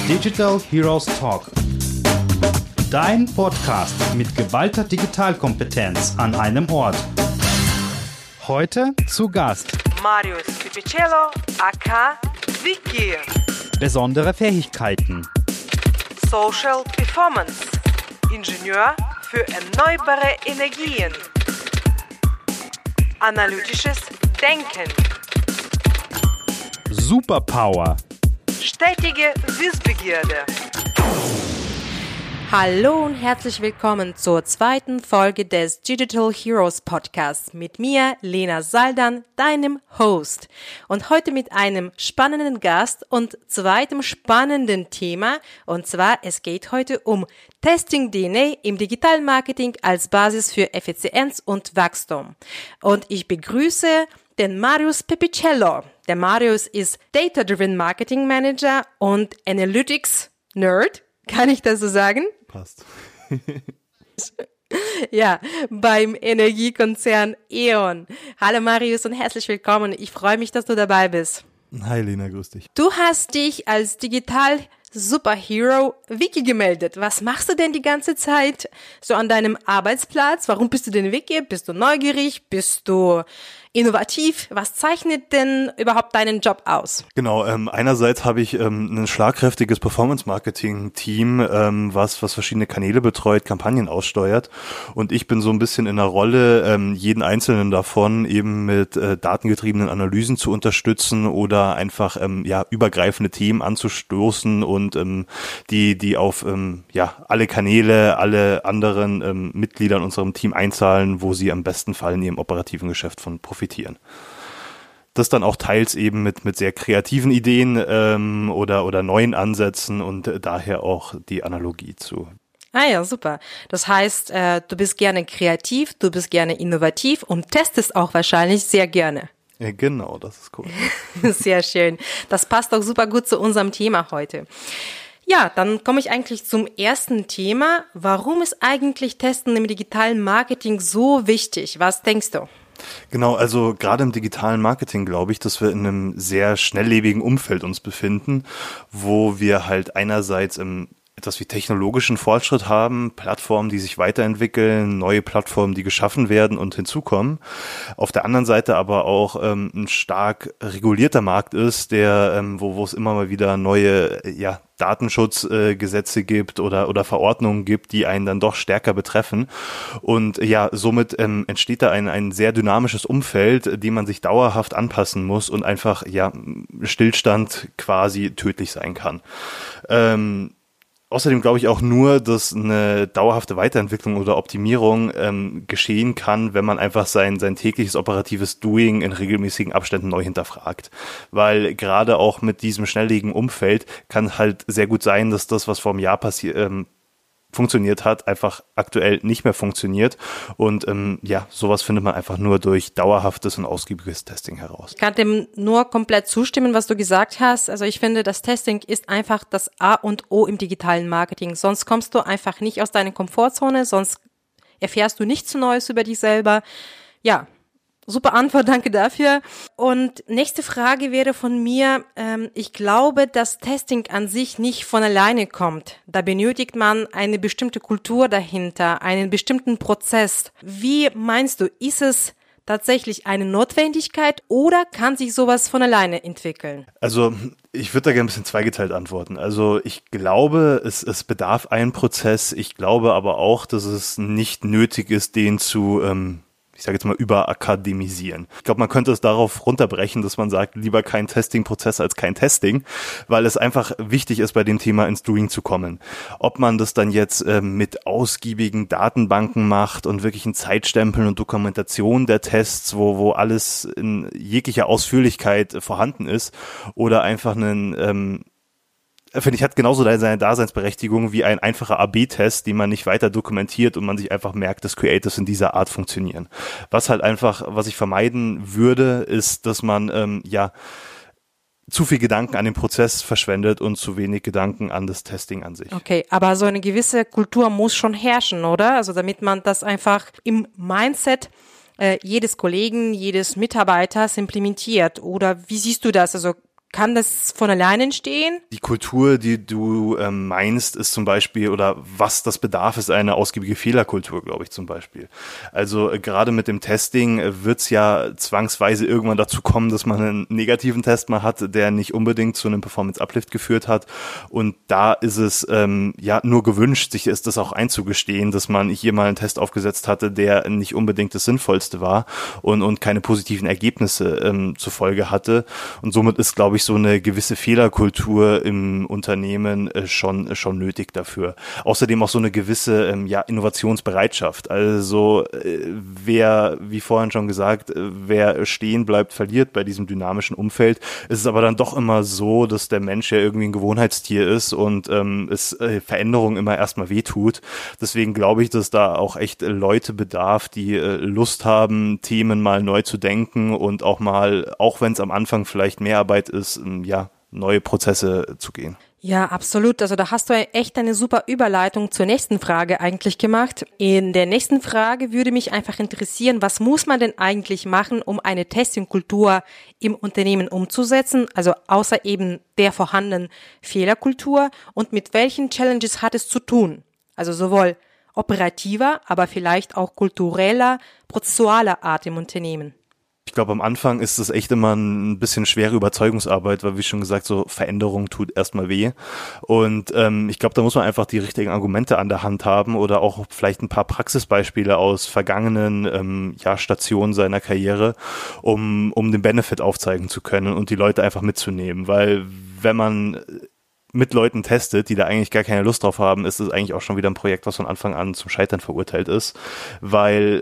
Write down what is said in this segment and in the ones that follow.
Digital Heroes Talk. Dein Podcast mit geballter Digitalkompetenz an einem Ort. Heute zu Gast Marius Pipicello, aka Vicky. besondere Fähigkeiten. Social Performance, Ingenieur für erneuerbare Energien. Analytisches Denken. Superpower. Stetige Wissbegierde. Hallo und herzlich willkommen zur zweiten Folge des Digital Heroes Podcasts mit mir, Lena Saldan, deinem Host. Und heute mit einem spannenden Gast und zweitem spannenden Thema. Und zwar, es geht heute um Testing-DNA im Digital Marketing als Basis für Effizienz und Wachstum. Und ich begrüße den Marius Pipicello. Der Marius ist Data-Driven Marketing Manager und Analytics Nerd. Kann ich das so sagen? Passt. Ja, beim Energiekonzern E.ON. Hallo Marius und herzlich willkommen. Ich freue mich, dass du dabei bist. Hi Lena, grüß dich. Du hast dich als Digital Superhero Wiki gemeldet. Was machst du denn die ganze Zeit so an deinem Arbeitsplatz? Warum bist du denn Wiki? Bist du neugierig? Bist du innovativ? Was zeichnet denn überhaupt deinen Job aus? Genau, einerseits habe ich ein schlagkräftiges Performance-Marketing-Team, was verschiedene Kanäle betreut, Kampagnen aussteuert, und ich bin so ein bisschen in der Rolle, jeden einzelnen davon eben mit datengetriebenen Analysen zu unterstützen oder einfach übergreifende Themen anzustoßen und die auf alle Kanäle, alle anderen Mitglieder in unserem Team einzahlen, wo sie am besten Fall in ihrem operativen Geschäft von profitieren. Das dann auch teils eben mit sehr kreativen Ideen oder neuen Ansätzen und daher auch die Analogie zu. Ah ja, super. Das heißt, du bist gerne kreativ, du bist gerne innovativ und testest auch wahrscheinlich sehr gerne. Ja, genau, das ist cool. Sehr schön. Das passt auch super gut zu unserem Thema heute. Ja, dann komme ich eigentlich zum ersten Thema. Warum ist eigentlich Testen im digitalen Marketing so wichtig? Was denkst du? Genau, also gerade im digitalen Marketing glaube ich, dass wir in einem sehr schnelllebigen Umfeld uns befinden, wo wir halt einerseits etwas wie technologischen Fortschritt haben, Plattformen, die sich weiterentwickeln, neue Plattformen, die geschaffen werden und hinzukommen. Auf der anderen Seite aber auch ein stark regulierter Markt ist, der wo es immer mal wieder neue Datenschutzgesetze gibt oder Verordnungen gibt, die einen dann doch stärker betreffen. Und somit entsteht da ein sehr dynamisches Umfeld, dem man sich dauerhaft anpassen muss und einfach Stillstand quasi tödlich sein kann. Außerdem glaube ich auch nur, dass eine dauerhafte Weiterentwicklung oder Optimierung geschehen kann, wenn man einfach sein tägliches operatives Doing in regelmäßigen Abständen neu hinterfragt. Weil gerade auch mit diesem schnelllebigen Umfeld kann halt sehr gut sein, dass das, was vor einem Jahr funktioniert hat, einfach aktuell nicht mehr funktioniert. Und sowas findet man einfach nur durch dauerhaftes und ausgiebiges Testing heraus. Ich kann dem nur komplett zustimmen, was du gesagt hast. Also ich finde, das Testing ist einfach das A und O im digitalen Marketing. Sonst kommst du einfach nicht aus deiner Komfortzone, sonst erfährst du nichts Neues über dich selber. Ja, super Antwort, danke dafür. Und nächste Frage wäre von mir, ich glaube, dass Testing an sich nicht von alleine kommt. Da benötigt man eine bestimmte Kultur dahinter, einen bestimmten Prozess. Wie meinst du, ist es tatsächlich eine Notwendigkeit oder kann sich sowas von alleine entwickeln? Also ich würde da gerne ein bisschen zweigeteilt antworten. Also ich glaube, es bedarf einen Prozess. Ich glaube aber auch, dass es nicht nötig ist, den zu ich sage jetzt mal, überakademisieren. Ich glaube, man könnte es darauf runterbrechen, dass man sagt, lieber kein Testing-Prozess als kein Testing, weil es einfach wichtig ist, bei dem Thema ins Doing zu kommen. Ob man das dann jetzt mit ausgiebigen Datenbanken macht und wirklich ein Zeitstempeln und Dokumentation der Tests, wo alles in jeglicher Ausführlichkeit vorhanden ist, oder einfach einen finde ich, hat genauso seine Daseinsberechtigung wie ein einfacher AB-Test, den man nicht weiter dokumentiert und man sich einfach merkt, dass Creatives in dieser Art funktionieren. Was ich vermeiden würde, ist, dass man zu viel Gedanken an den Prozess verschwendet und zu wenig Gedanken an das Testing an sich. Okay, aber so eine gewisse Kultur muss schon herrschen, oder? Also damit man das einfach im Mindset jedes Kollegen, jedes Mitarbeiters implementiert. Oder wie siehst du das? Also kann das von alleine entstehen? Die Kultur, die du meinst, ist zum Beispiel, oder was das bedarf, ist eine ausgiebige Fehlerkultur, glaube ich zum Beispiel. Also gerade mit dem Testing wird es ja zwangsweise irgendwann dazu kommen, dass man einen negativen Test mal hat, der nicht unbedingt zu einem Performance-Uplift geführt hat. Und da ist es nur gewünscht, sich ist das auch einzugestehen, dass man hier mal einen Test aufgesetzt hatte, der nicht unbedingt das Sinnvollste war und keine positiven Ergebnisse zur Folge hatte. Und somit ist, glaube ich, so eine gewisse Fehlerkultur im Unternehmen schon nötig dafür. Außerdem auch so eine gewisse Innovationsbereitschaft. Also wer, wie vorhin schon gesagt, wer stehen bleibt, verliert bei diesem dynamischen Umfeld. Es ist aber dann doch immer so, dass der Mensch ja irgendwie ein Gewohnheitstier ist und es Veränderung immer erstmal wehtut. Deswegen glaube ich, dass da auch echt Leute bedarf, die Lust haben, Themen mal neu zu denken und auch mal, auch wenn es am Anfang vielleicht mehr Arbeit ist, neue Prozesse zu gehen. Ja, absolut. Also da hast du echt eine super Überleitung zur nächsten Frage eigentlich gemacht. In der nächsten Frage würde mich einfach interessieren, was muss man denn eigentlich machen, um eine Testing-Kultur im Unternehmen umzusetzen, also außer eben der vorhandenen Fehlerkultur, und mit welchen Challenges hat es zu tun? Also sowohl operativer, aber vielleicht auch kultureller, prozessualer Art im Unternehmen. Ich glaube, am Anfang ist es echt immer ein bisschen schwere Überzeugungsarbeit, weil, wie schon gesagt, so Veränderung tut erstmal weh. Und ich glaube, da muss man einfach die richtigen Argumente an der Hand haben oder auch vielleicht ein paar Praxisbeispiele aus vergangenen Stationen seiner Karriere, um den Benefit aufzeigen zu können und die Leute einfach mitzunehmen. Weil wenn man mit Leuten testet, die da eigentlich gar keine Lust drauf haben, ist es eigentlich auch schon wieder ein Projekt, was von Anfang an zum Scheitern verurteilt ist, weil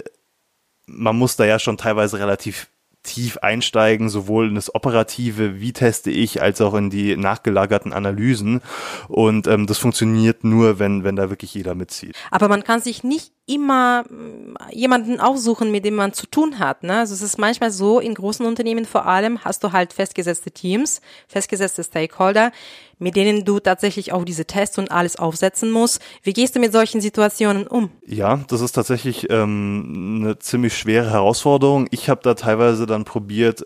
man muss da ja schon teilweise relativ tief einsteigen, sowohl in das Operative, wie teste ich, als auch in die nachgelagerten Analysen. Und das funktioniert nur, wenn da wirklich jeder mitzieht. Aber man kann sich nicht immer jemanden aussuchen, mit dem man zu tun hat, ne? Also es ist manchmal so, in großen Unternehmen vor allem hast du halt festgesetzte Teams, festgesetzte Stakeholder, mit denen du tatsächlich auch diese Tests und alles aufsetzen musst. Wie gehst du mit solchen Situationen um? Ja, das ist tatsächlich eine ziemlich schwere Herausforderung. Ich habe da teilweise dann probiert,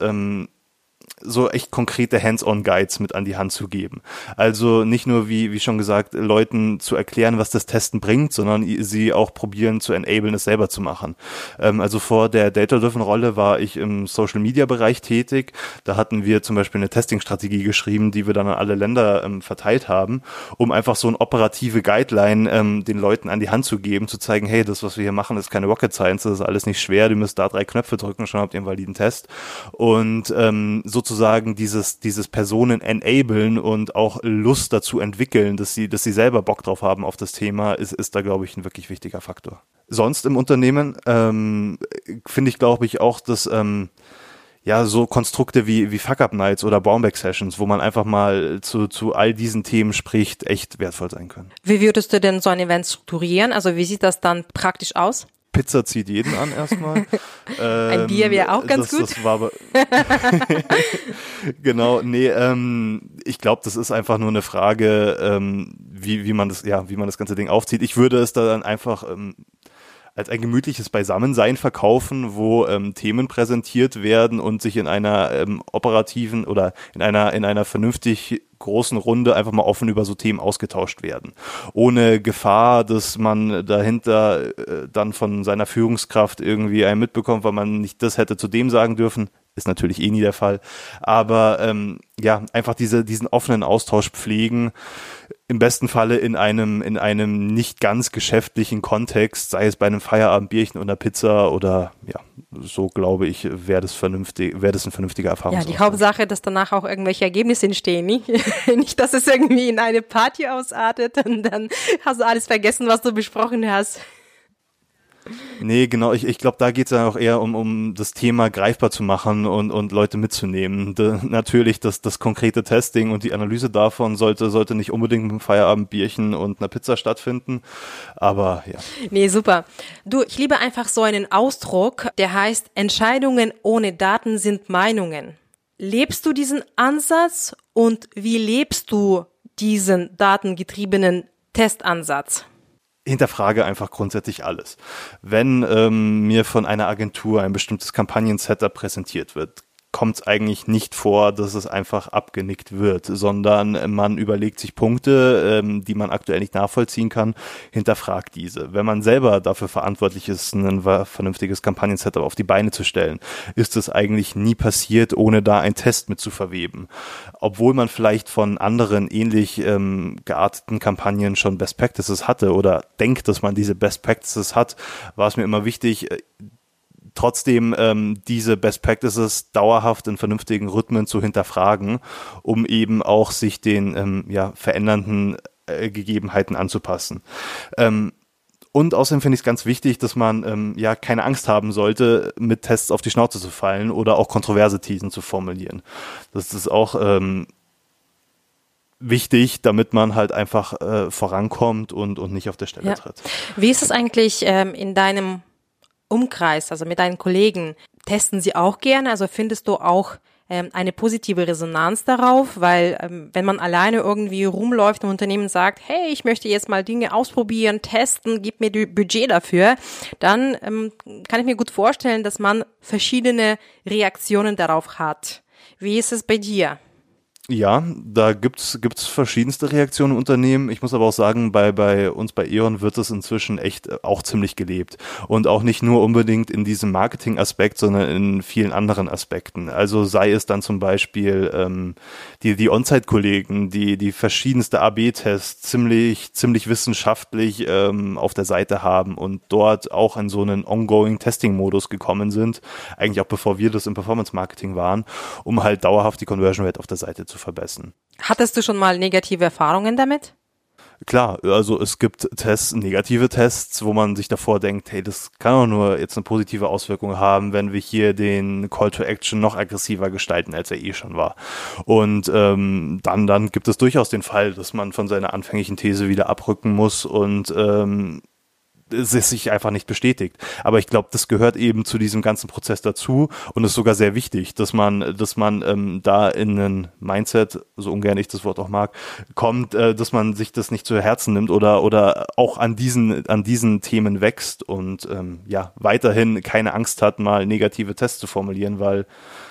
so echt konkrete Hands-on-Guides mit an die Hand zu geben. Also nicht nur, wie schon gesagt, Leuten zu erklären, was das Testen bringt, sondern sie auch probieren zu enablen, es selber zu machen. Also vor der Data-Driven Rolle war ich im Social-Media-Bereich tätig. Da hatten wir zum Beispiel eine Testing-Strategie geschrieben, die wir dann an alle Länder verteilt haben, um einfach so eine operative Guideline den Leuten an die Hand zu geben, zu zeigen, hey, das, was wir hier machen, ist keine Rocket Science, das ist alles nicht schwer, du müsst da 3 Knöpfe drücken, schon habt ihr einen validen Test. Und sozusagen dieses Personen enablen und auch Lust dazu entwickeln, dass sie selber Bock drauf haben auf das Thema, ist da, glaube ich, ein wirklich wichtiger Faktor. Sonst im Unternehmen finde ich, glaube ich, auch, dass so Konstrukte wie Fuck-Up-Nights oder Baumbeck-Sessions, wo man einfach mal zu all diesen Themen spricht, echt wertvoll sein können. Wie würdest du denn so ein Event strukturieren? Also wie sieht das dann praktisch aus? Pizza zieht jeden an erstmal. Ein Bier wäre auch ganz gut. Das war aber genau, nee, ich glaube, das ist einfach nur eine Frage, wie man das ganze Ding aufzieht. Ich würde es da dann einfach als ein gemütliches Beisammensein verkaufen, wo Themen präsentiert werden und sich in einer operativen oder in einer vernünftig großen Runde einfach mal offen über so Themen ausgetauscht werden. Ohne Gefahr, dass man dahinter dann von seiner Führungskraft irgendwie einen mitbekommt, weil man nicht das hätte zu dem sagen dürfen. Ist natürlich eh nie der Fall. Aber einfach diesen offenen Austausch pflegen, im besten Falle in einem nicht ganz geschäftlichen Kontext, sei es bei einem Feierabendbierchen oder Pizza oder so, glaube ich, wäre das ein vernünftiger Erfahrungsaustausch. Ja, die Hauptsache, dass danach auch irgendwelche Ergebnisse entstehen, nicht? Nicht, dass es irgendwie in eine Party ausartet und dann hast du alles vergessen, was du besprochen hast. Nee, genau, ich glaube, da geht es ja auch eher um das Thema greifbar zu machen und Leute mitzunehmen. Natürlich, das konkrete Testing und die Analyse davon sollte nicht unbedingt mit einem Feierabendbierchen und einer Pizza stattfinden, aber ja. Nee, super. Du, ich liebe einfach so einen Ausdruck, der heißt, Entscheidungen ohne Daten sind Meinungen. Lebst du diesen Ansatz und wie lebst du diesen datengetriebenen Testansatz? Hinterfrage einfach grundsätzlich alles. Wenn mir von einer Agentur ein bestimmtes Kampagnen-Setup präsentiert wird, kommt es eigentlich nicht vor, dass es einfach abgenickt wird, sondern man überlegt sich Punkte, die man aktuell nicht nachvollziehen kann, hinterfragt diese. Wenn man selber dafür verantwortlich ist, ein vernünftiges Kampagnen-Setup auf die Beine zu stellen, ist es eigentlich nie passiert, ohne da einen Test mit zu verweben. Obwohl man vielleicht von anderen ähnlich gearteten Kampagnen schon Best Practices hatte oder denkt, dass man diese Best Practices hat, war es mir immer wichtig, trotzdem diese Best Practices dauerhaft in vernünftigen Rhythmen zu hinterfragen, um eben auch sich den verändernden Gegebenheiten anzupassen. Und außerdem finde ich es ganz wichtig, dass man keine Angst haben sollte, mit Tests auf die Schnauze zu fallen oder auch kontroverse Thesen zu formulieren. Das ist auch wichtig, damit man halt einfach vorankommt und nicht auf der Stelle tritt. Wie ist es eigentlich in deinem Umkreis, also mit deinen Kollegen? Testen sie auch gerne? Also findest du auch eine positive Resonanz darauf? Weil wenn man alleine irgendwie rumläuft im Unternehmen und sagt, hey, ich möchte jetzt mal Dinge ausprobieren, testen, gib mir Budget dafür, dann kann ich mir gut vorstellen, dass man verschiedene Reaktionen darauf hat. Wie ist es bei dir? Ja, da gibt's verschiedenste Reaktionen im Unternehmen. Ich muss aber auch sagen, bei uns bei E.ON wird es inzwischen echt auch ziemlich gelebt. Und auch nicht nur unbedingt in diesem Marketing-Aspekt, sondern in vielen anderen Aspekten. Also sei es dann zum Beispiel die On-Site-Kollegen, die verschiedenste AB-Tests ziemlich wissenschaftlich auf der Seite haben und dort auch in so einen Ongoing-Testing-Modus gekommen sind, eigentlich auch bevor wir das im Performance-Marketing waren, um halt dauerhaft die Conversion Rate auf der Seite zu verbessern. Hattest du schon mal negative Erfahrungen damit? Klar, also es gibt negative Tests, wo man sich davor denkt, hey, das kann doch nur jetzt eine positive Auswirkung haben, wenn wir hier den Call to Action noch aggressiver gestalten, als er schon war. Und dann gibt es durchaus den Fall, dass man von seiner anfänglichen These wieder abrücken muss und es sich einfach nicht bestätigt. Aber ich glaube, das gehört eben zu diesem ganzen Prozess dazu und ist sogar sehr wichtig, dass man da in ein Mindset, so ungern ich das Wort auch mag, kommt, dass man sich das nicht zu Herzen nimmt oder auch an diesen Themen wächst und weiterhin keine Angst hat, mal negative Tests zu formulieren, weil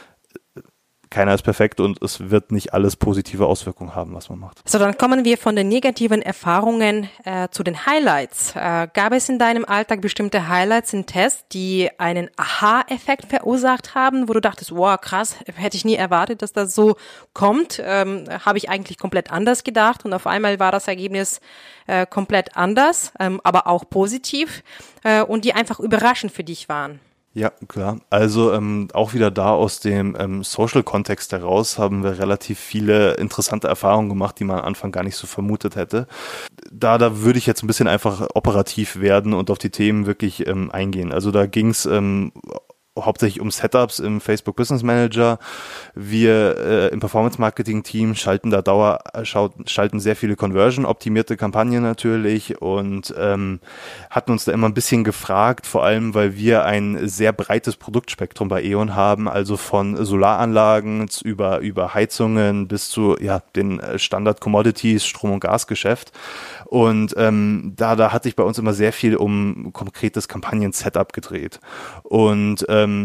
keiner ist perfekt und es wird nicht alles positive Auswirkungen haben, was man macht. So, dann kommen wir von den negativen Erfahrungen zu den Highlights. Gab es in deinem Alltag bestimmte Highlights in Tests, die einen Aha-Effekt verursacht haben, wo du dachtest, wow, krass, hätte ich nie erwartet, dass das so kommt, habe ich eigentlich komplett anders gedacht und auf einmal war das Ergebnis komplett anders, aber auch positiv und die einfach überraschend für dich waren? Ja, klar. Also auch wieder da aus dem Social-Kontext heraus haben wir relativ viele interessante Erfahrungen gemacht, die man am Anfang gar nicht so vermutet hätte. Da würde ich jetzt ein bisschen einfach operativ werden und auf die Themen wirklich eingehen. Also da ging's hauptsächlich um Setups im Facebook Business Manager. Wir im Performance-Marketing-Team schalten sehr viele Conversion-optimierte Kampagnen natürlich und hatten uns da immer ein bisschen gefragt, vor allem, weil wir ein sehr breites Produktspektrum bei E.ON haben, also von Solaranlagen über Heizungen bis zu den Standard-Commodities, Strom- und Gasgeschäft. Und da hat sich bei uns immer sehr viel um konkretes Kampagnen-Setup gedreht. Und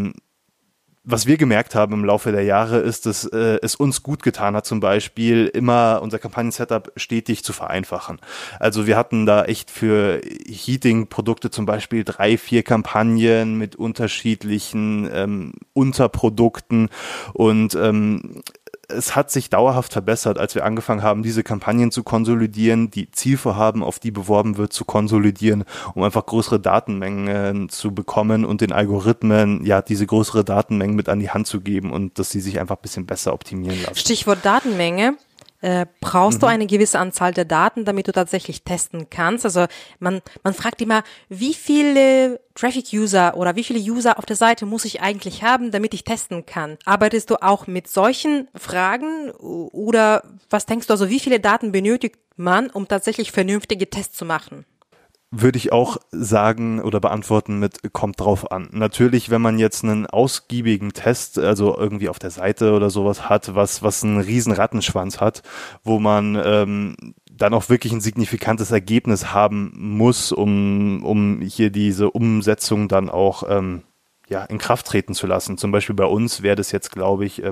was wir gemerkt haben im Laufe der Jahre ist, dass es uns gut getan hat, zum Beispiel immer unser Kampagnen-Setup stetig zu vereinfachen. Also wir hatten da echt für Heating-Produkte zum Beispiel 3-4 Kampagnen mit unterschiedlichen Unterprodukten und es hat sich dauerhaft verbessert, als wir angefangen haben, diese Kampagnen zu konsolidieren, die Zielvorhaben, auf die beworben wird, zu konsolidieren, um einfach größere Datenmengen zu bekommen und den Algorithmen diese größere Datenmengen mit an die Hand zu geben und dass sie sich einfach ein bisschen besser optimieren lassen. Stichwort Datenmenge. Brauchst du eine gewisse Anzahl der Daten, damit du tatsächlich testen kannst? Also man fragt immer, wie viele Traffic-User oder wie viele User auf der Seite muss ich eigentlich haben, damit ich testen kann? Arbeitest du auch mit solchen Fragen oder was denkst du, also wie viele Daten benötigt man, um tatsächlich vernünftige Tests zu machen? Würde ich auch sagen oder beantworten mit kommt drauf an. Natürlich, wenn man jetzt einen ausgiebigen Test, also irgendwie auf der Seite oder sowas hat, was einen riesen Rattenschwanz hat, wo man dann auch wirklich ein signifikantes Ergebnis haben muss, um hier diese Umsetzung dann auch in Kraft treten zu lassen. Zum Beispiel bei uns wäre das jetzt, glaube ich,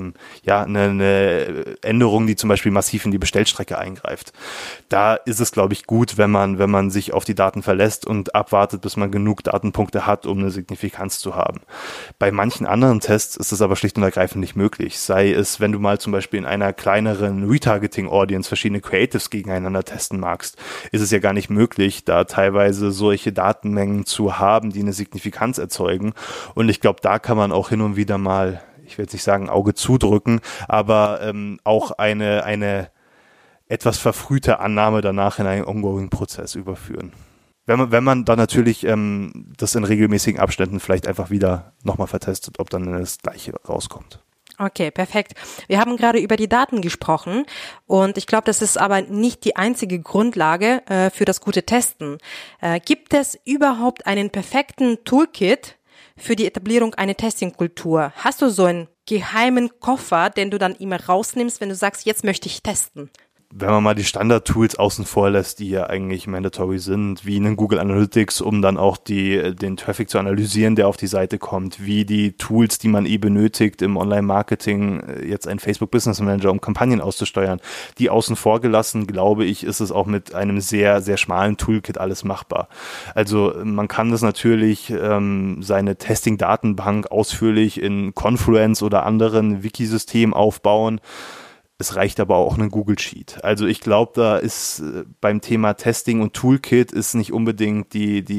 eine Änderung, die zum Beispiel massiv in die Bestellstrecke eingreift. Da ist es, glaube ich, gut, wenn man sich auf die Daten verlässt und abwartet, bis man genug Datenpunkte hat, um eine Signifikanz zu haben. Bei manchen anderen Tests ist es aber schlicht und ergreifend nicht möglich. Sei es, wenn du mal zum Beispiel in einer kleineren Retargeting-Audience verschiedene Creatives gegeneinander testen magst, ist es ja gar nicht möglich, da teilweise solche Datenmengen zu haben, die eine Signifikanz erzeugen. Und ich glaube, da kann man auch hin und wieder mal, ich will jetzt nicht sagen Auge zudrücken, aber auch eine etwas verfrühte Annahme danach in einen Ongoing-Prozess überführen. Wenn man dann natürlich das in regelmäßigen Abständen vielleicht einfach wieder nochmal vertestet, ob dann das Gleiche rauskommt. Okay, perfekt. Wir haben gerade über die Daten gesprochen und ich glaube, das ist aber nicht die einzige Grundlage für das gute Testen. Gibt es überhaupt einen perfekten Toolkit für die Etablierung einer Testingkultur? Hast du so einen geheimen Koffer, den du dann immer rausnimmst, wenn du sagst, jetzt möchte ich testen? Wenn man mal die Standard-Tools außen vor lässt, die ja eigentlich mandatory sind, wie einen Google Analytics, um dann auch den Traffic zu analysieren, der auf die Seite kommt, wie die Tools, die man benötigt im Online-Marketing, jetzt ein Facebook Business Manager, um Kampagnen auszusteuern, die außen vor gelassen, glaube ich, ist es auch mit einem sehr, sehr schmalen Toolkit alles machbar. Also man kann das natürlich, seine Testing-Datenbank ausführlich in Confluence oder anderen Wiki-Systemen aufbauen. Es reicht aber auch ein Google Sheet. Also ich glaube, da ist beim Thema Testing und Toolkit ist nicht unbedingt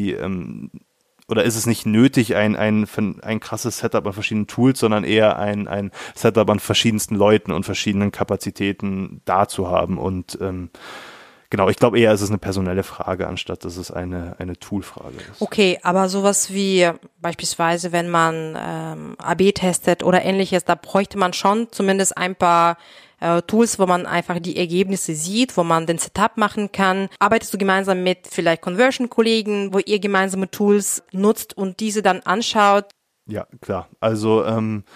oder ist es nicht nötig, ein krasses Setup an verschiedenen Tools, sondern eher ein Setup an verschiedensten Leuten und verschiedenen Kapazitäten da zu haben. Und genau, ich glaube eher, es ist eine personelle Frage, anstatt dass es eine Toolfrage ist. Okay, aber sowas wie beispielsweise, wenn man AB testet oder ähnliches, da bräuchte man schon zumindest ein paar Tools, wo man einfach die Ergebnisse sieht, wo man den Setup machen kann. Arbeitest du gemeinsam mit vielleicht Conversion-Kollegen, wo ihr gemeinsame Tools nutzt und diese dann anschaut? Ja, klar. Also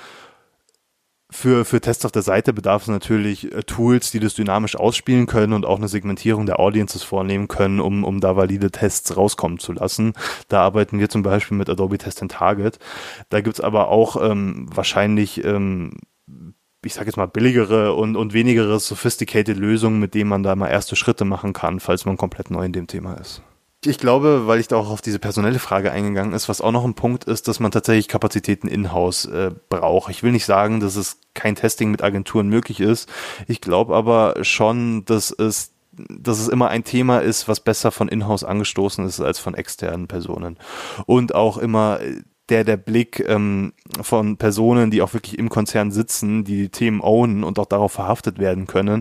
für Tests auf der Seite bedarf es natürlich Tools, die das dynamisch ausspielen können und auch eine Segmentierung der Audiences vornehmen können, um da valide Tests rauskommen zu lassen. Da arbeiten wir zum Beispiel mit Adobe Test and Target. Da gibt's aber auch wahrscheinlich ich sage jetzt mal billigere und wenigere sophisticated Lösungen, mit denen man da mal erste Schritte machen kann, falls man komplett neu in dem Thema ist. Ich glaube, weil ich da auch auf diese personelle Frage eingegangen ist, was auch noch ein Punkt ist, dass man tatsächlich Kapazitäten in-house braucht. Ich will nicht sagen, dass es kein Testing mit Agenturen möglich ist. Ich glaube aber schon, dass es immer ein Thema ist, was besser von in-house angestoßen ist als von externen Personen. Und auch immer der Blick von Personen, die auch wirklich im Konzern sitzen, die Themen ownen und auch darauf verhaftet werden können,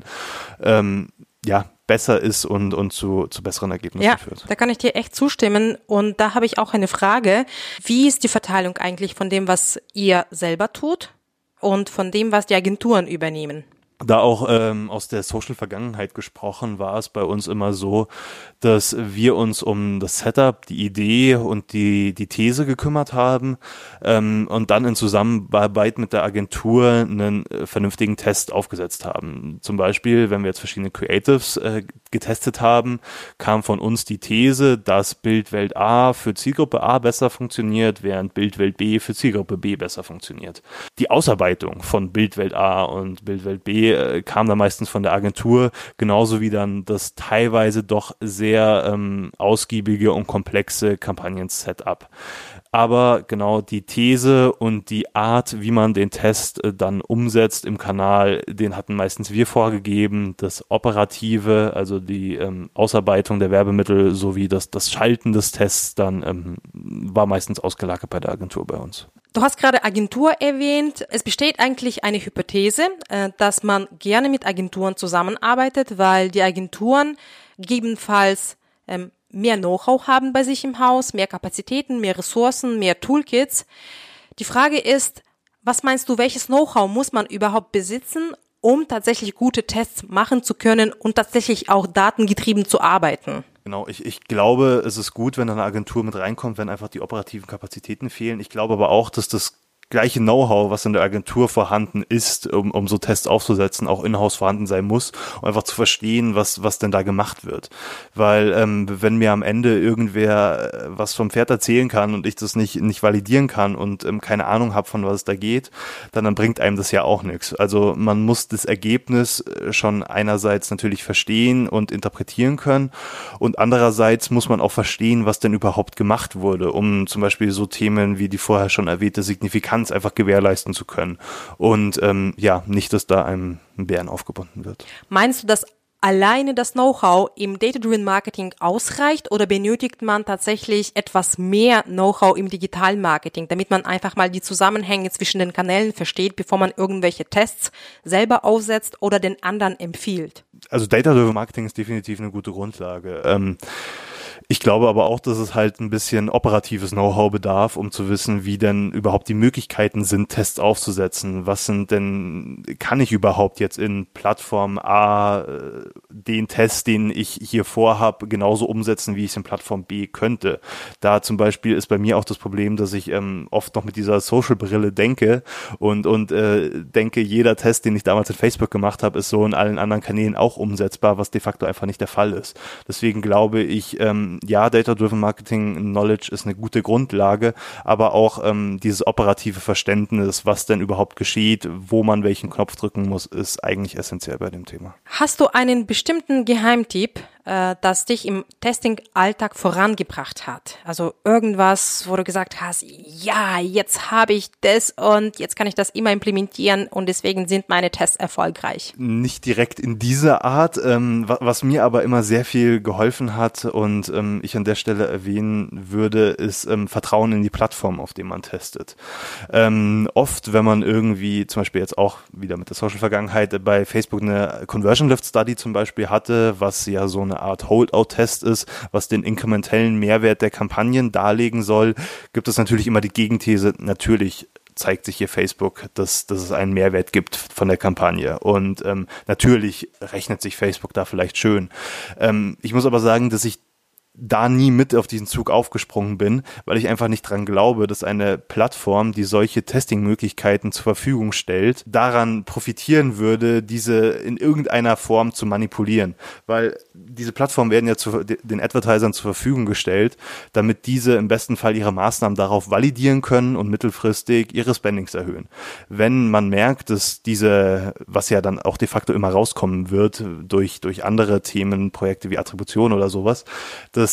besser ist und zu besseren Ergebnissen führt. Da kann ich dir echt zustimmen und da habe ich auch eine Frage. Wie ist die Verteilung eigentlich von dem, was ihr selber tut und von dem, was die Agenturen übernehmen? Da auch aus der Social-Vergangenheit gesprochen, war es bei uns immer so, dass wir uns um das Setup, die Idee und die These gekümmert haben und dann in Zusammenarbeit mit der Agentur einen vernünftigen Test aufgesetzt haben. Zum Beispiel, wenn wir jetzt verschiedene Creatives getestet haben, kam von uns die These, dass Bildwelt A für Zielgruppe A besser funktioniert, während Bildwelt B für Zielgruppe B besser funktioniert. Die Ausarbeitung von Bildwelt A und Bildwelt B kam dann meistens von der Agentur, genauso wie dann das teilweise doch sehr ausgiebige und komplexe Kampagnen-Setup. Aber genau die These und die Art, wie man den Test dann umsetzt im Kanal, den hatten meistens wir vorgegeben. Das Operative, also die Ausarbeitung der Werbemittel sowie das Schalten des Tests dann war meistens ausgelagert bei der Agentur bei uns. Du hast gerade Agentur erwähnt. Es besteht eigentlich eine Hypothese, dass man gerne mit Agenturen zusammenarbeitet, weil die Agenturen gegebenenfalls mehr Know-how haben bei sich im Haus, mehr Kapazitäten, mehr Ressourcen, mehr Toolkits. Die Frage ist, was meinst du, welches Know-how muss man überhaupt besitzen, um tatsächlich gute Tests machen zu können und tatsächlich auch datengetrieben zu arbeiten? Genau, ich glaube, es ist gut, wenn eine Agentur mit reinkommt, wenn einfach die operativen Kapazitäten fehlen. Ich glaube aber auch, dass das gleiche Know-how, was in der Agentur vorhanden ist, um so Tests aufzusetzen, auch in-house vorhanden sein muss, um einfach zu verstehen, was denn da gemacht wird. Weil wenn mir am Ende irgendwer was vom Pferd erzählen kann und ich das nicht validieren kann und keine Ahnung habe, von was es da geht, dann bringt einem das ja auch nichts. Also man muss das Ergebnis schon einerseits natürlich verstehen und interpretieren können und andererseits muss man auch verstehen, was denn überhaupt gemacht wurde, um zum Beispiel so Themen wie die vorher schon erwähnte Signifikanz einfach gewährleisten zu können und nicht, dass da einem ein Bären aufgebunden wird. Meinst du, dass alleine das Know-how im Data-Driven Marketing ausreicht oder benötigt man tatsächlich etwas mehr Know-how im digitalen Marketing, damit man einfach mal die Zusammenhänge zwischen den Kanälen versteht, bevor man irgendwelche Tests selber aufsetzt oder den anderen empfiehlt? Also Data-Driven Marketing ist definitiv eine gute Grundlage. Ich glaube aber auch, dass es halt ein bisschen operatives Know-how bedarf, um zu wissen, wie denn überhaupt die Möglichkeiten sind, Tests aufzusetzen. Kann ich überhaupt jetzt in Plattform A den Test, den ich hier vorhabe, genauso umsetzen, wie ich es in Plattform B könnte? Da zum Beispiel ist bei mir auch das Problem, dass ich oft noch mit dieser Social-Brille denke und denke, jeder Test, den ich damals in Facebook gemacht habe, ist so in allen anderen Kanälen auch umsetzbar, was de facto einfach nicht der Fall ist. Deswegen glaube ich, Data-Driven Marketing Knowledge ist eine gute Grundlage, aber auch dieses operative Verständnis, was denn überhaupt geschieht, wo man welchen Knopf drücken muss, ist eigentlich essentiell bei dem Thema. Hast du einen bestimmten Geheimtipp, das dich im Testing-Alltag vorangebracht hat? Also irgendwas, wo du gesagt hast, ja, jetzt habe ich das und jetzt kann ich das immer implementieren und deswegen sind meine Tests erfolgreich. Nicht direkt in dieser Art, was mir aber immer sehr viel geholfen hat und ich an der Stelle erwähnen würde, ist Vertrauen in die Plattform, auf der man testet. Oft, wenn man irgendwie, zum Beispiel jetzt auch wieder mit der Social-Vergangenheit, bei Facebook eine Conversion Lift Study zum Beispiel hatte, was ja so eine Art Holdout-Test ist, was den inkrementellen Mehrwert der Kampagnen darlegen soll, gibt es natürlich immer die Gegenthese, natürlich zeigt sich hier Facebook, dass es einen Mehrwert gibt von der Kampagne und natürlich rechnet sich Facebook da vielleicht schön. Ich muss aber sagen, dass ich da nie mit auf diesen Zug aufgesprungen bin, weil ich einfach nicht dran glaube, dass eine Plattform, die solche Testing-Möglichkeiten zur Verfügung stellt, daran profitieren würde, diese in irgendeiner Form zu manipulieren. Weil diese Plattformen werden ja den Advertisern zur Verfügung gestellt, damit diese im besten Fall ihre Maßnahmen darauf validieren können und mittelfristig ihre Spendings erhöhen. Wenn man merkt, dass diese, was ja dann auch de facto immer rauskommen wird, durch andere Themen, Projekte wie Attribution oder sowas, dass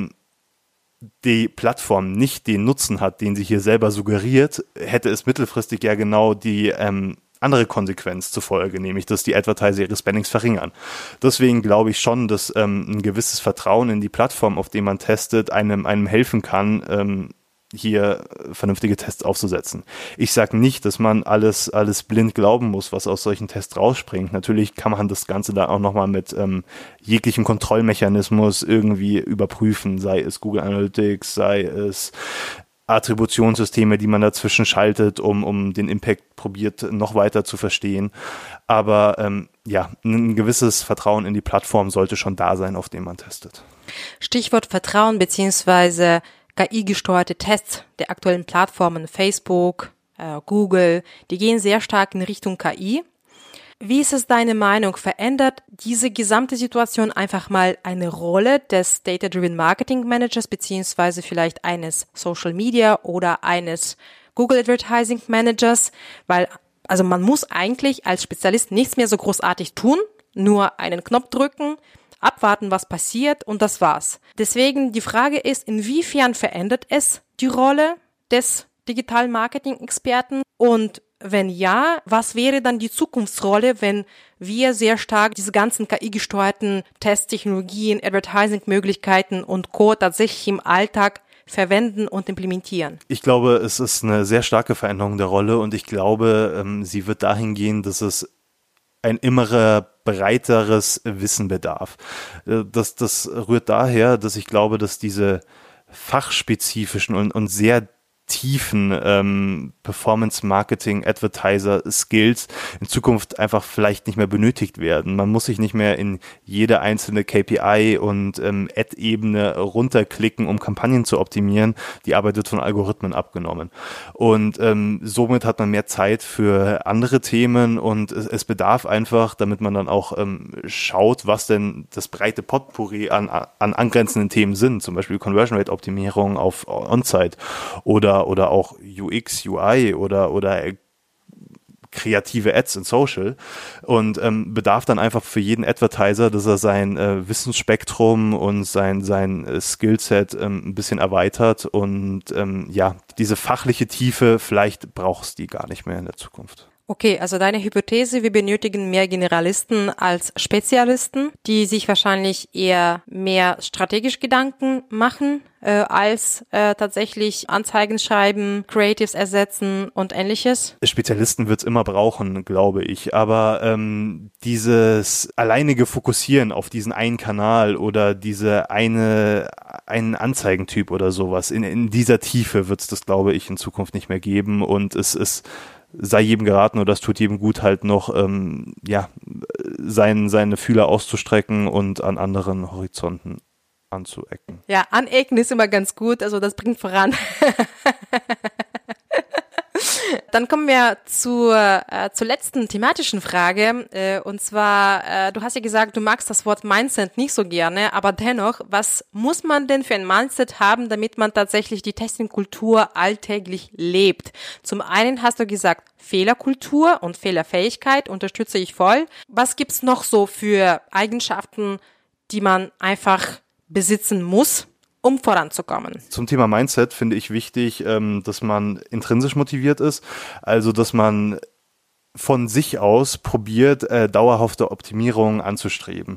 die Plattform nicht den Nutzen hat, den sie hier selber suggeriert, hätte es mittelfristig ja genau die andere Konsequenz zur Folge, nämlich dass die Advertiser ihre Spendings verringern. Deswegen glaube ich schon, dass ein gewisses Vertrauen in die Plattform, auf der man testet, einem helfen kann, hier vernünftige Tests aufzusetzen. Ich sage nicht, dass man alles blind glauben muss, was aus solchen Tests rausspringt. Natürlich kann man das Ganze da auch nochmal mit jeglichem Kontrollmechanismus irgendwie überprüfen, sei es Google Analytics, sei es Attributionssysteme, die man dazwischen schaltet, um den Impact probiert noch weiter zu verstehen. Aber ein gewisses Vertrauen in die Plattform sollte schon da sein, auf dem man testet. Stichwort Vertrauen beziehungsweise KI-gesteuerte Tests der aktuellen Plattformen Facebook, Google, die gehen sehr stark in Richtung KI. Wie ist es deine Meinung? Verändert diese gesamte Situation einfach mal eine Rolle des Data-Driven Marketing Managers beziehungsweise vielleicht eines Social Media oder eines Google Advertising Managers? Weil, also man muss eigentlich als Spezialist nichts mehr so großartig tun, nur einen Knopf drücken, abwarten, was passiert und das war's. Deswegen die Frage ist, inwiefern verändert es die Rolle des digitalen Marketing-Experten und wenn ja, was wäre dann die Zukunftsrolle, wenn wir sehr stark diese ganzen KI-gesteuerten Testtechnologien, Advertising-Möglichkeiten und Co. tatsächlich im Alltag verwenden und implementieren? Ich glaube, es ist eine sehr starke Veränderung der Rolle und ich glaube, sie wird dahin gehen, dass es ein immer breiteres Wissen bedarf. Das rührt daher, dass ich glaube, dass diese fachspezifischen und sehr tiefen Performance-Marketing-Advertiser-Skills in Zukunft einfach vielleicht nicht mehr benötigt werden. Man muss sich nicht mehr in jede einzelne KPI und Ad-Ebene runterklicken, um Kampagnen zu optimieren. Die Arbeit wird von Algorithmen abgenommen. Und somit hat man mehr Zeit für andere Themen und es bedarf einfach, damit man dann auch schaut, was denn das breite Potpourri an angrenzenden Themen sind, zum Beispiel Conversion Rate Optimierung auf On-Site oder auch UX, UI oder kreative Ads in Social und bedarf dann einfach für jeden Advertiser, dass er sein Wissensspektrum und sein Skillset ein bisschen erweitert und diese fachliche Tiefe, vielleicht brauchst du die gar nicht mehr in der Zukunft. Okay, also deine Hypothese, wir benötigen mehr Generalisten als Spezialisten, die sich wahrscheinlich eher mehr strategisch Gedanken machen, als tatsächlich Anzeigen schreiben, Creatives ersetzen und ähnliches. Spezialisten wird's immer brauchen, glaube ich, aber dieses alleinige Fokussieren auf diesen einen Kanal oder einen Anzeigentyp oder sowas, in dieser Tiefe wird's das, glaube ich, in Zukunft nicht mehr geben und es ist sei jedem geraten oder es tut jedem gut, halt noch seine Fühler auszustrecken und an anderen Horizonten anzuecken. Ja, anecken ist immer ganz gut, also das bringt voran. Dann kommen wir zur letzten thematischen Frage. Und zwar, du hast ja gesagt, du magst das Wort Mindset nicht so gerne, aber dennoch, was muss man denn für ein Mindset haben, damit man tatsächlich die Testing-Kultur alltäglich lebt? Zum einen hast du gesagt, Fehlerkultur und Fehlerfähigkeit unterstütze ich voll. Was gibt's noch so für Eigenschaften, die man einfach besitzen muss, um voranzukommen? Zum Thema Mindset finde ich wichtig, dass man intrinsisch motiviert ist, also dass man von sich aus probiert, dauerhafte Optimierung anzustreben.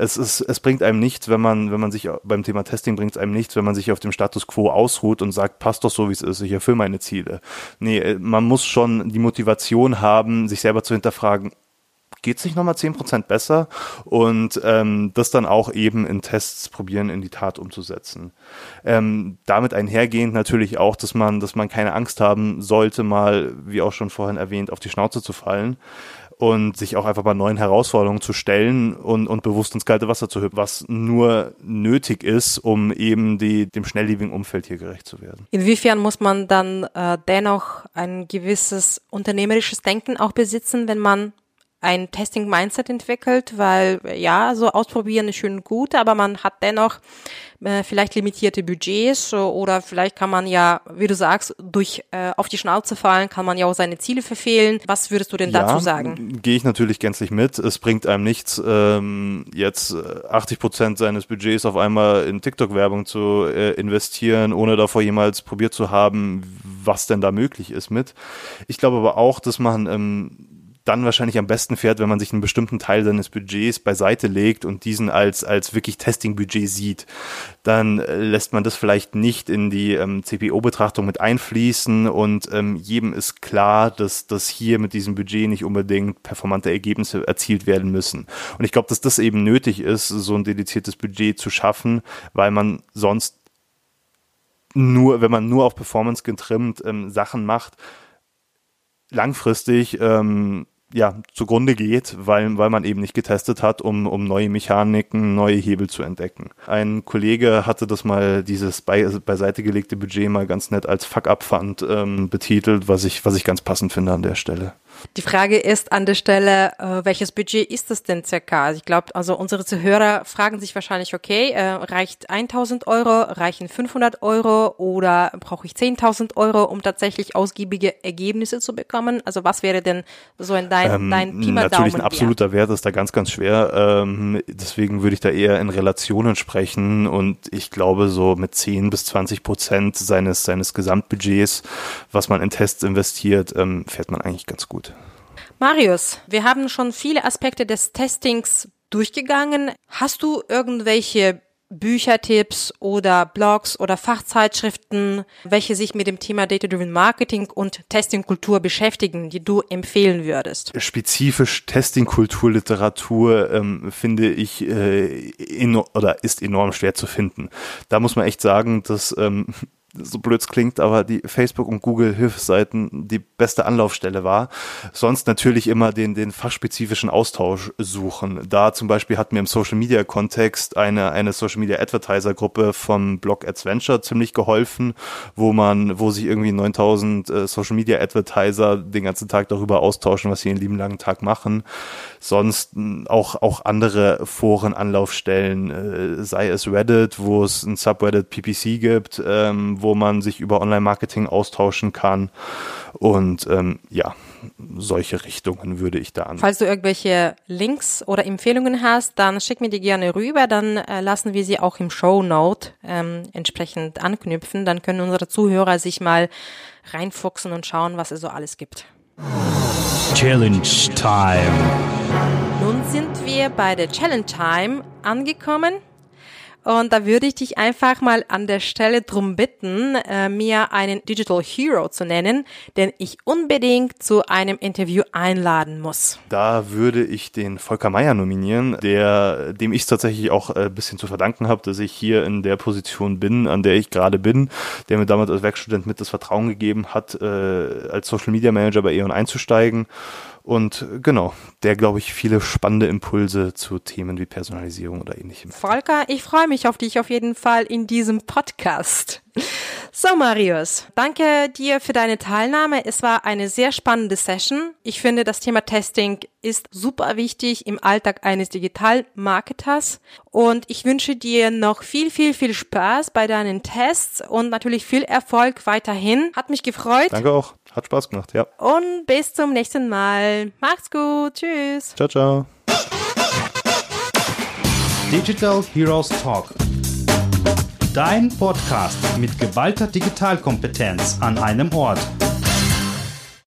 Es bringt einem nichts, wenn man sich beim Thema Testing bringt es einem nichts, wenn man sich auf dem Status quo ausruht und sagt, passt doch so, wie es ist, ich erfülle meine Ziele. Nee, man muss schon die Motivation haben, sich selber zu hinterfragen, geht's nicht nochmal 10% besser und das dann auch eben in Tests probieren, in die Tat umzusetzen. Damit einhergehend natürlich auch, dass man keine Angst haben sollte, mal, wie auch schon vorhin erwähnt, auf die Schnauze zu fallen und sich auch einfach bei neuen Herausforderungen zu stellen und bewusst ins kalte Wasser zu hüpfen, was nur nötig ist, um eben dem schnelllebigen Umfeld hier gerecht zu werden. Inwiefern muss man dann dennoch ein gewisses unternehmerisches Denken auch besitzen, wenn man ein Testing-Mindset entwickelt, weil ja, so ausprobieren ist schön und gut, aber man hat dennoch vielleicht limitierte Budgets oder vielleicht kann man ja, wie du sagst, durch auf die Schnauze fallen, kann man ja auch seine Ziele verfehlen. Was würdest du denn dazu sagen? Gehe ich natürlich gänzlich mit. Es bringt einem nichts, jetzt 80% seines Budgets auf einmal in TikTok-Werbung zu investieren, ohne davor jemals probiert zu haben, was denn da möglich ist mit. Ich glaube aber auch, dass man dann wahrscheinlich am besten fährt, wenn man sich einen bestimmten Teil seines Budgets beiseite legt und diesen als wirklich Testing-Budget sieht. Dann lässt man das vielleicht nicht in die CPO-Betrachtung mit einfließen und jedem ist klar, dass hier mit diesem Budget nicht unbedingt performante Ergebnisse erzielt werden müssen. Und ich glaube, dass das eben nötig ist, so ein dediziertes Budget zu schaffen, weil man sonst wenn man nur auf Performance getrimmt Sachen macht, langfristig zugrunde geht, weil man eben nicht getestet hat, um neue Mechaniken, neue Hebel zu entdecken. Ein Kollege hatte das mal, dieses beiseite gelegte Budget mal ganz nett als Fuck-Up-Fund betitelt, was ich ganz passend finde an der Stelle. Die Frage ist an der Stelle, welches Budget ist das denn circa? Also ich glaube, unsere Zuhörer fragen sich wahrscheinlich, okay, reicht 1.000 Euro, reichen 500 Euro oder brauche ich 10.000 Euro, um tatsächlich ausgiebige Ergebnisse zu bekommen? Also was wäre denn so in dein Pi mal Daumen? Natürlich ein absoluter Wert ist da ganz, ganz schwer. Deswegen würde ich da eher in Relationen sprechen und ich glaube so mit 10-20% seines Gesamtbudgets, was man in Tests investiert, fährt man eigentlich ganz gut. Marius, wir haben schon viele Aspekte des Testings durchgegangen. Hast du irgendwelche Büchertipps oder Blogs oder Fachzeitschriften, welche sich mit dem Thema Data-Driven Marketing und Testing-Kultur beschäftigen, die du empfehlen würdest? Spezifisch Testing-Kultur-Literatur finde ich ist enorm schwer zu finden. Da muss man echt sagen, dass so blöd es klingt, aber die Facebook- und Google-Hilfsseiten die beste Anlaufstelle war. Sonst natürlich immer den fachspezifischen Austausch suchen. Da zum Beispiel hat mir im Social-Media-Kontext eine Social-Media-Advertiser-Gruppe vom Blog Adventure ziemlich geholfen, wo sich irgendwie 9000 Social-Media-Advertiser den ganzen Tag darüber austauschen, was sie den lieben langen Tag machen. Sonst auch andere Foren, Anlaufstellen, sei es Reddit, wo es ein Subreddit PPC gibt, wo man sich über Online-Marketing austauschen kann und solche Richtungen würde ich da an. Falls du irgendwelche Links oder Empfehlungen hast, dann schick mir die gerne rüber, dann lassen wir sie auch im Shownote entsprechend anknüpfen, dann können unsere Zuhörer sich mal reinfuchsen und schauen, was es so alles gibt. Challenge Time. Nun sind wir bei der Challenge Time angekommen und da würde ich dich einfach mal an der Stelle drum bitten, mir einen Digital Hero zu nennen, den ich unbedingt zu einem Interview einladen muss. Da würde ich den Volker Meyer nominieren, dem ich es tatsächlich auch ein bisschen zu verdanken habe, dass ich hier in der Position bin, an der ich gerade bin, der mir damals als Werkstudent mit das Vertrauen gegeben hat, als Social Media Manager bei E.ON einzusteigen. Und genau, der, glaube ich, viele spannende Impulse zu Themen wie Personalisierung oder ähnlichem. Volker, ich freue mich auf dich auf jeden Fall in diesem Podcast. So, Marius, danke dir für deine Teilnahme. Es war eine sehr spannende Session. Ich finde, das Thema Testing ist super wichtig im Alltag eines Digital-Marketers. Und ich wünsche dir noch viel, viel, viel Spaß bei deinen Tests und natürlich viel Erfolg weiterhin. Hat mich gefreut. Danke auch. Hat Spaß gemacht, ja. Und bis zum nächsten Mal. Macht's gut. Tschüss. Ciao, ciao. Digital Heroes Talk. Dein Podcast mit geballter Digitalkompetenz an einem Ort.